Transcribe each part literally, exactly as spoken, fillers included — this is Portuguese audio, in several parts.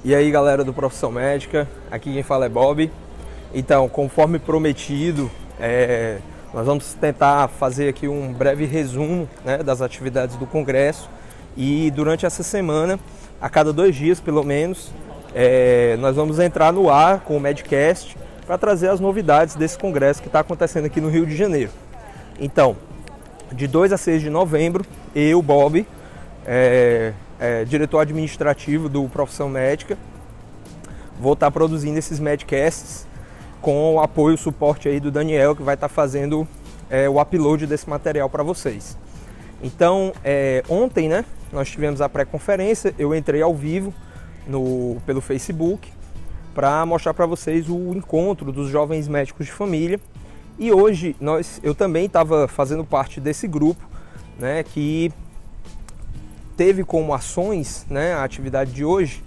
E aí, galera do Profissão Médica, aqui quem fala é Bob. Então, conforme prometido, é, nós vamos tentar fazer aqui um breve resumo, né, das atividades do Congresso. E durante essa semana, a cada dois dias pelo menos, é, nós vamos entrar no ar com o Medcast para trazer as novidades desse Congresso que está acontecendo aqui no Rio de Janeiro. Então, de dois a seis de novembro, eu, Bob, é, é, diretor administrativo do Profissão Médica, vou estar produzindo esses Medcasts com o apoio e suporte aí do Daniel, que vai estar fazendo é, o upload desse material para vocês. Então, é, ontem, né, nós tivemos a pré-conferência, eu entrei ao vivo no, pelo Facebook para mostrar para vocês o encontro dos jovens médicos de família. E hoje nós, eu também estava fazendo parte desse grupo, né, que teve como ações, né, a atividade de hoje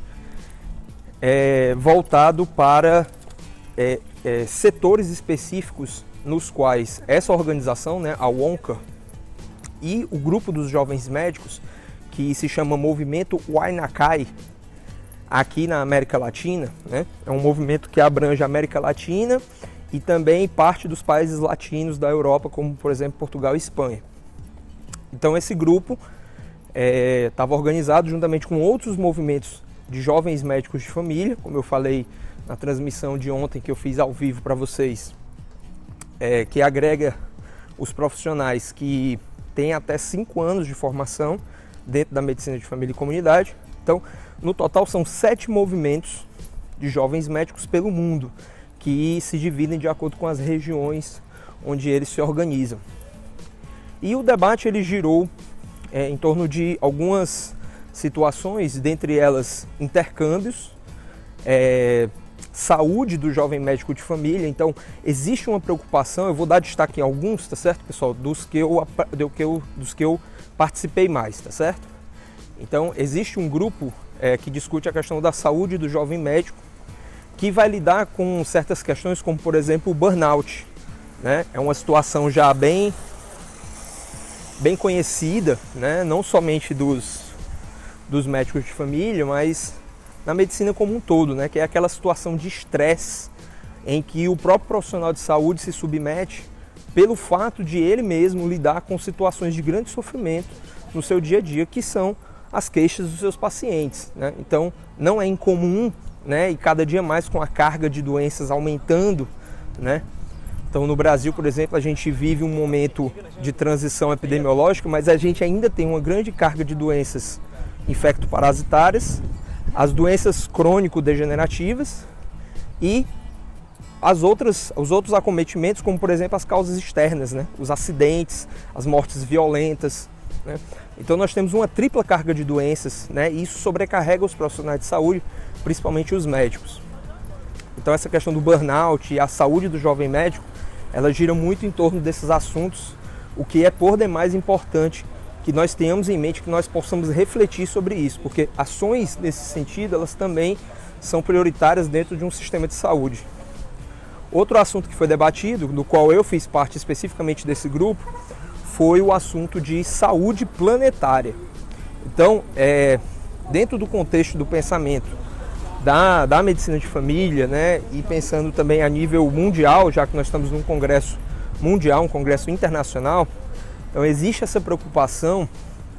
é, voltado para é, é, setores específicos nos quais essa organização, né, a WONCA, e o grupo dos jovens médicos, que se chama Movimento Huaynakai, aqui na América Latina, né, é um movimento que abrange a América Latina e também parte dos países latinos da Europa, como por exemplo Portugal e Espanha. Então esse grupo estava é, organizado juntamente com outros movimentos de jovens médicos de família, como eu falei na transmissão de ontem que eu fiz ao vivo para vocês, é, que agrega os profissionais que têm até cinco anos de formação dentro da medicina de família e comunidade. Então, no total são sete movimentos de jovens médicos pelo mundo, que se dividem de acordo com as regiões onde eles se organizam. E o debate ele girou é, em torno de algumas situações, dentre elas intercâmbios, é, saúde do jovem médico de família. Então existe uma preocupação, eu vou dar destaque em alguns, tá certo, pessoal, dos que eu, do que eu, dos que eu participei mais, tá certo? Então existe um grupo é, que discute a questão da saúde do jovem médico, que vai lidar com certas questões como, por exemplo, o burnout, né? É uma situação já bem bem conhecida, né? Não somente dos, dos médicos de família, mas na medicina como um todo, né? Que é aquela situação de estresse em que o próprio profissional de saúde se submete pelo fato de ele mesmo lidar com situações de grande sofrimento no seu dia a dia, que são as queixas dos seus pacientes, né? Então não é incomum, né? E cada dia mais com a carga de doenças aumentando, né? Então no Brasil, por exemplo, a gente vive um momento de transição epidemiológica, mas a gente ainda tem uma grande carga de doenças infectoparasitárias, as doenças crônico-degenerativas e as outras, os outros acometimentos, como por exemplo as causas externas, né? Os acidentes, as mortes violentas, né? Então nós temos uma tripla carga de doenças, né? E isso sobrecarrega os profissionais de saúde, principalmente os médicos. Então essa questão do burnout e a saúde do jovem médico, ela gira muito em torno desses assuntos, o que é por demais importante que nós tenhamos em mente, que nós possamos refletir sobre isso, porque ações nesse sentido, elas também são prioritárias dentro de um sistema de saúde. Outro assunto que foi debatido, do qual eu fiz parte especificamente desse grupo, foi o assunto de saúde planetária. Então, é, dentro do contexto do pensamento da, da medicina de família, né, e pensando também a nível mundial, já que nós estamos num congresso mundial, um congresso internacional, então existe essa preocupação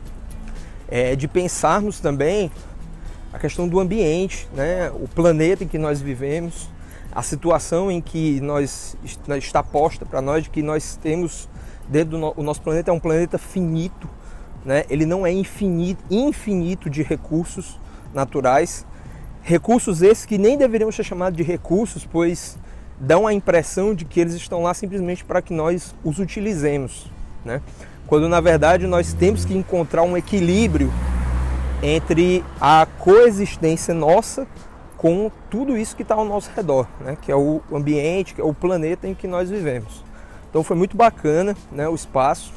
é, de pensarmos também a questão do ambiente, né, o planeta em que nós vivemos, a situação em que nós está posta para nós, de que nós temos dentro do no, o nosso planeta é um planeta finito, né, ele não é infinito, infinito de recursos naturais, recursos esses que nem deveriam ser chamados de recursos, pois dão a impressão de que eles estão lá simplesmente para que nós os utilizemos, né? Quando na verdade nós temos que encontrar um equilíbrio entre a coexistência nossa com tudo isso que está ao nosso redor, né? Que é o ambiente, que é o planeta em que nós vivemos. Então foi muito bacana, né, o espaço.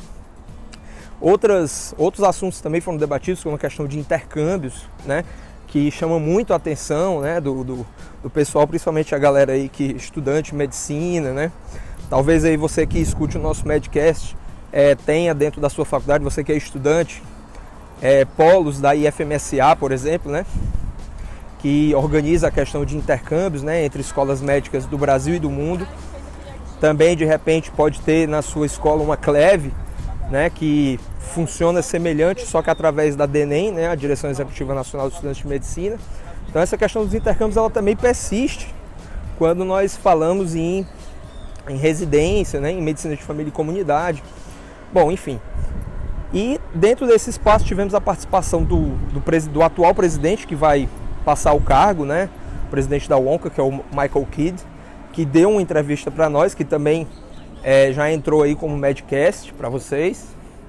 Outras, outros assuntos também foram debatidos, como a questão de intercâmbios, né, que chama muito a atenção, né, do, do, do pessoal, principalmente a galera aí que estudante de medicina, né? Talvez aí você que escute o nosso Medcast é, tenha dentro da sua faculdade, você que é estudante, é, polos da I F M S A, por exemplo, né? que organiza a questão de intercâmbios, né, entre escolas médicas do Brasil e do mundo. Também, de repente, pode ter na sua escola uma CLEV, né, que funciona semelhante, só que através da D N E M, né, a Direção Executiva Nacional dos Estudantes de Medicina. Então essa questão dos intercâmbios ela também persiste quando nós falamos em, em residência, né, em medicina de família e comunidade. Bom, enfim. E dentro desse espaço tivemos a participação do, do, do atual presidente, que vai passar o cargo, né, o presidente da UONCA, que é o Michael Kidd, que deu uma entrevista para nós, que também é, já entrou aí como Medcast para vocês.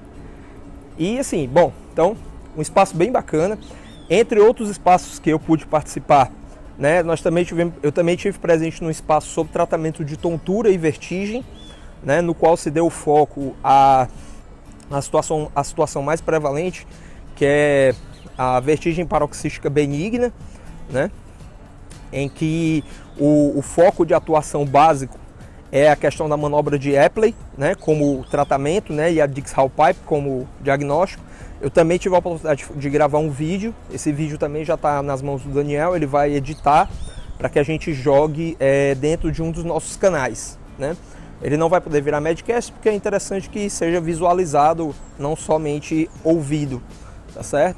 E assim, bom, então um espaço bem bacana. Entre outros espaços que eu pude participar, né, nós também tivemos, eu também tive presente num espaço sobre tratamento de tontura e vertigem, né, no qual se deu foco a, a, situação, a situação mais prevalente, que é a vertigem paroxística benigna, né, em que o, o foco de atuação básico é a questão da manobra de Epley, né, como tratamento, né, e a Dix-Hallpipe como diagnóstico. Eu também tive a oportunidade de gravar um vídeo, esse vídeo também já está nas mãos do Daniel, ele vai editar para que a gente jogue é, dentro de um dos nossos canais, né. Ele não vai poder virar Medcast porque é interessante que seja visualizado, não somente ouvido, tá certo?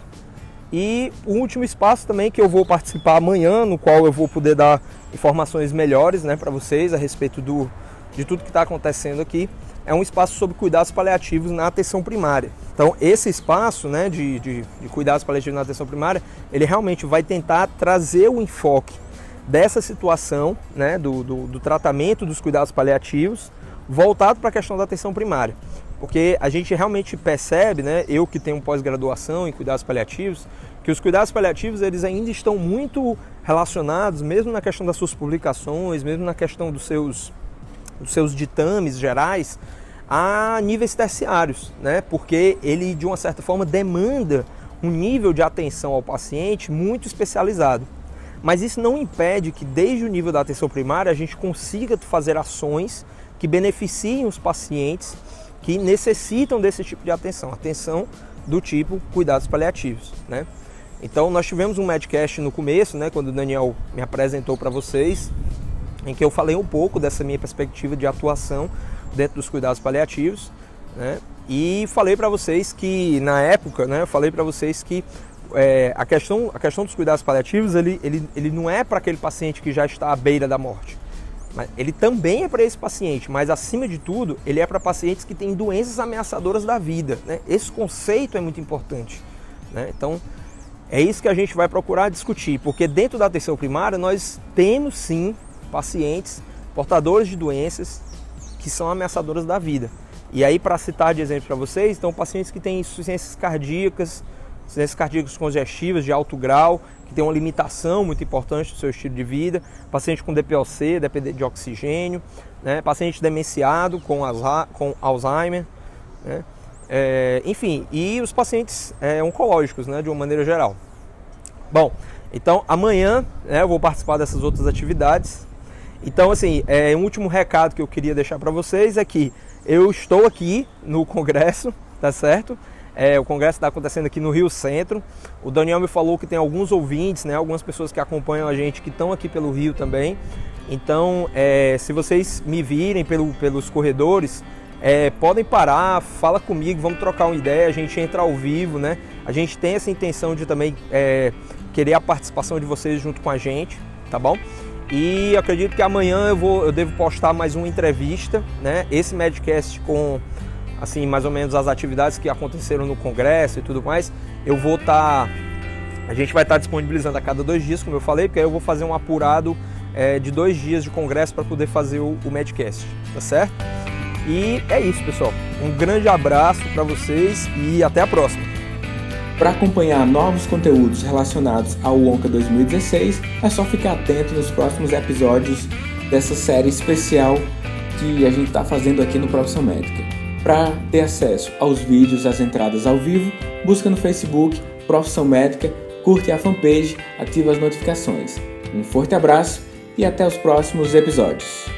E o último espaço também que eu vou participar amanhã, no qual eu vou poder dar informações melhores, né, para vocês a respeito do, de tudo que está acontecendo aqui, é um espaço sobre cuidados paliativos na atenção primária. Então esse espaço, né, de, de, de cuidados paliativos na atenção primária, ele realmente vai tentar trazer o enfoque dessa situação, né, do, do, do tratamento dos cuidados paliativos voltado para a questão da atenção primária. Porque a gente realmente percebe, né, eu que tenho pós-graduação em cuidados paliativos, que os cuidados paliativos eles ainda estão muito relacionados, mesmo na questão das suas publicações, mesmo na questão dos seus, dos seus ditames gerais, a níveis terciários, né, porque ele de uma certa forma demanda um nível de atenção ao paciente muito especializado. Mas isso não impede que desde o nível da atenção primária a gente consiga fazer ações que beneficiem os pacientes que necessitam desse tipo de atenção, atenção do tipo cuidados paliativos, né? Então nós tivemos um Medcast no começo, né, quando o Daniel me apresentou para vocês, em que eu falei um pouco dessa minha perspectiva de atuação dentro dos cuidados paliativos, né? E falei para vocês que na época, né, eu falei para vocês que é, a questão, a questão dos cuidados paliativos, ele, ele, ele não é para aquele paciente que já está à beira da morte. Ele também é para esse paciente, mas acima de tudo, ele é para pacientes que têm doenças ameaçadoras da vida, né? Esse conceito é muito importante, né? Então, é isso que a gente vai procurar discutir, porque dentro da atenção primária nós temos sim pacientes portadores de doenças que são ameaçadoras da vida. E aí, para citar de exemplo para vocês, então pacientes que têm insuficiências cardíacas, insuficiências cardíacas congestivas de alto grau, que tem uma limitação muito importante do seu estilo de vida, paciente com D P O C, dependente de oxigênio, né? Paciente demenciado com, com Alzheimer, né? É, enfim, e os pacientes é, oncológicos, né, de uma maneira geral. Bom, então amanhã, né, eu vou participar dessas outras atividades. Então, assim, é, um último recado que eu queria deixar para vocês é que eu estou aqui no congresso, tá certo? É, o congresso está acontecendo aqui no Rio Centro. O Daniel me falou que tem alguns ouvintes, né, algumas pessoas que acompanham a gente que estão aqui pelo Rio também. Então, é, se vocês me virem pelo, pelos corredores, é, podem parar, fala comigo, vamos trocar uma ideia, a gente entra ao vivo, né? A gente tem essa intenção de também é, querer a participação de vocês junto com a gente, tá bom? E eu acredito que amanhã eu, vou, eu devo postar mais uma entrevista, né? Esse Medcast com, assim, mais ou menos as atividades que aconteceram no congresso e tudo mais, eu vou estar, tá, a gente vai estar tá disponibilizando a cada dois dias, como eu falei, porque aí eu vou fazer um apurado é, de dois dias de congresso para poder fazer o, o Medcast, tá certo? E é isso, pessoal. Um grande abraço para vocês e até a próxima. Para acompanhar novos conteúdos relacionados ao ONCA dois mil e dezesseis, é só ficar atento nos próximos episódios dessa série especial que a gente está fazendo aqui no Profissão Médica. Para ter acesso aos vídeos, às entradas ao vivo, busca no Facebook Profissão Médica, curte a fanpage, ativa as notificações. Um forte abraço e até os próximos episódios.